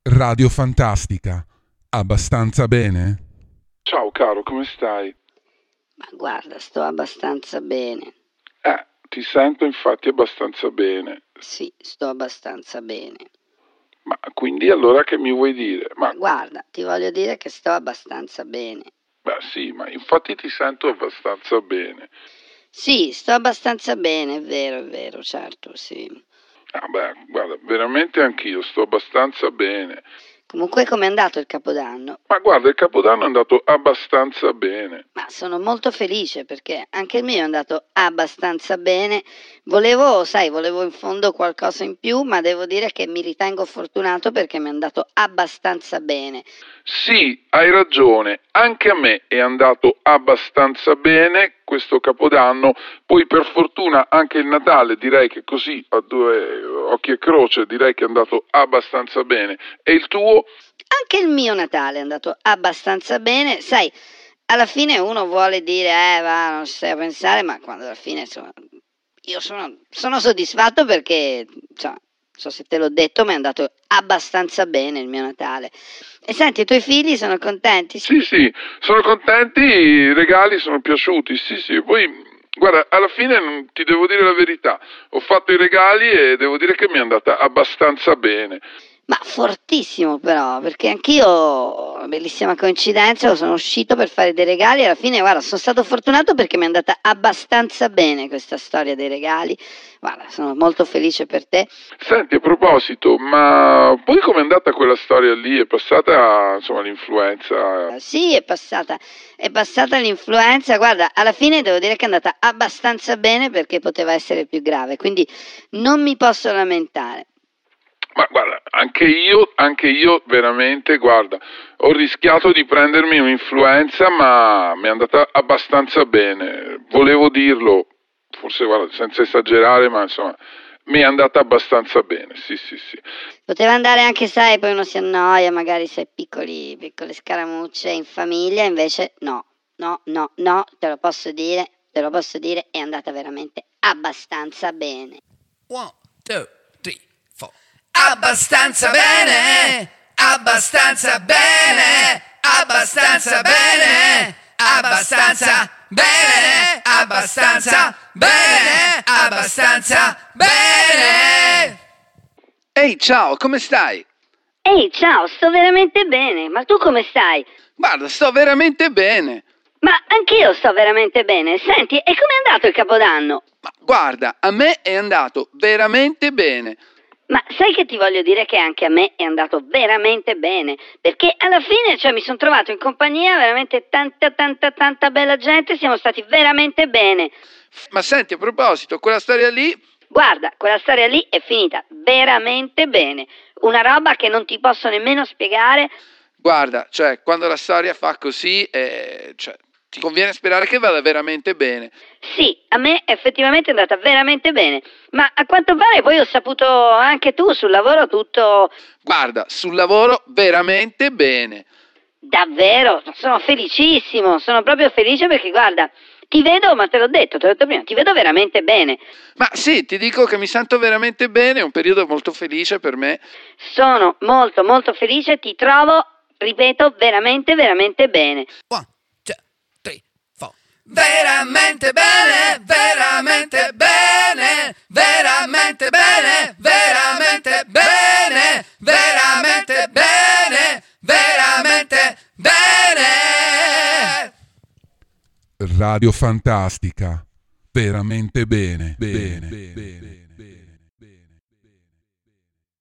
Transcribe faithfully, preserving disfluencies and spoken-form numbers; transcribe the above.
Radio Fantastica. Abbastanza bene? Ciao caro, come stai? Ma guarda, sto abbastanza bene. Eh, ti sento infatti abbastanza bene. Sì, sto abbastanza bene. Ma quindi allora che mi vuoi dire? Ma Guarda, ti voglio dire che sto abbastanza bene. beh sì, ma infatti ti sento abbastanza bene. Sì, sto abbastanza bene, è vero, è vero, certo, sì. Ah beh, guarda, veramente anch'io sto abbastanza bene. Comunque com'è andato il Capodanno? Ma guarda, il Capodanno è andato abbastanza bene. Ma sono molto felice perché anche il mio è andato abbastanza bene. Volevo, sai, volevo in fondo qualcosa in più, ma devo dire che mi ritengo fortunato perché mi è andato abbastanza bene. Sì, hai ragione, anche a me è andato abbastanza bene questo Capodanno, poi per fortuna anche il Natale direi che così a due occhi e croce direi che è andato abbastanza bene. E il tuo? Anche il mio Natale è andato abbastanza bene, sai, alla fine uno vuole dire, eh va, non stai a pensare, ma quando alla fine, insomma, io sono, sono soddisfatto perché, insomma, non so se te l'ho detto, ma è andato abbastanza bene il mio Natale. E senti, i tuoi figli sono contenti? Sì, sì, sono contenti, i regali sono piaciuti, sì, sì, poi guarda, alla fine non- ti devo dire la verità, ho fatto i regali e devo dire che mi è andata abbastanza bene. Ma fortissimo però, perché anch'io, bellissima coincidenza, sono uscito per fare dei regali e alla fine, guarda, sono stato fortunato perché mi è andata abbastanza bene questa storia dei regali. Guarda, sono molto felice per te. Senti, a proposito, ma poi com'è andata quella storia lì? È passata, insomma, l'influenza? Sì, è passata, è passata l'influenza, guarda, alla fine devo dire che è andata abbastanza bene perché poteva essere più grave, quindi non mi posso lamentare. Ma guarda, anche io, anche io veramente, guarda, ho rischiato di prendermi un'influenza, ma mi è andata abbastanza bene. Volevo dirlo, forse guarda, senza esagerare, ma insomma, mi è andata abbastanza bene, sì, sì, sì. Poteva andare anche, sai, poi uno si annoia, magari sai, piccoli, piccole scaramucce in famiglia, invece no, no, no, no, te lo posso dire, te lo posso dire, è andata veramente abbastanza bene. One, two, three, four. Abbastanza bene, abbastanza bene, abbastanza bene, abbastanza bene, abbastanza bene, abbastanza bene. Ehi, ciao, come stai? Ehi, ciao, sto veramente bene, ma tu come stai? Guarda, sto veramente bene. Ma anch'io sto veramente bene. Senti, e com'è andato il Capodanno? Ma guarda, a me è andato veramente bene. Ma sai che ti voglio dire che anche a me è andato veramente bene, perché alla fine, cioè, mi sono trovato in compagnia veramente tanta, tanta, tanta bella gente, siamo stati veramente bene. Ma senti, a proposito, quella storia lì, Guarda, quella storia lì è finita veramente bene, una roba che non ti posso nemmeno spiegare. guarda, cioè, quando la storia fa così, eh, cioè, ti conviene sperare che vada veramente bene. Sì, a me effettivamente è andata veramente bene, ma a quanto pare poi ho saputo anche tu sul lavoro tutto. Guarda, sul lavoro veramente bene. Davvero, sono felicissimo, sono proprio felice perché guarda, ti vedo, ma te l'ho detto, te l'ho detto prima, ti vedo veramente bene. Ma sì, ti dico che mi sento veramente bene, è un periodo molto felice per me. Sono molto molto felice, ti trovo, ripeto, veramente veramente bene. One, two, three, four. Veramente bene, veramente bene, veramente bene, veramente bene, veramente bene, veramente bene. Radio Fantastica. Veramente bene. Bene. Bene.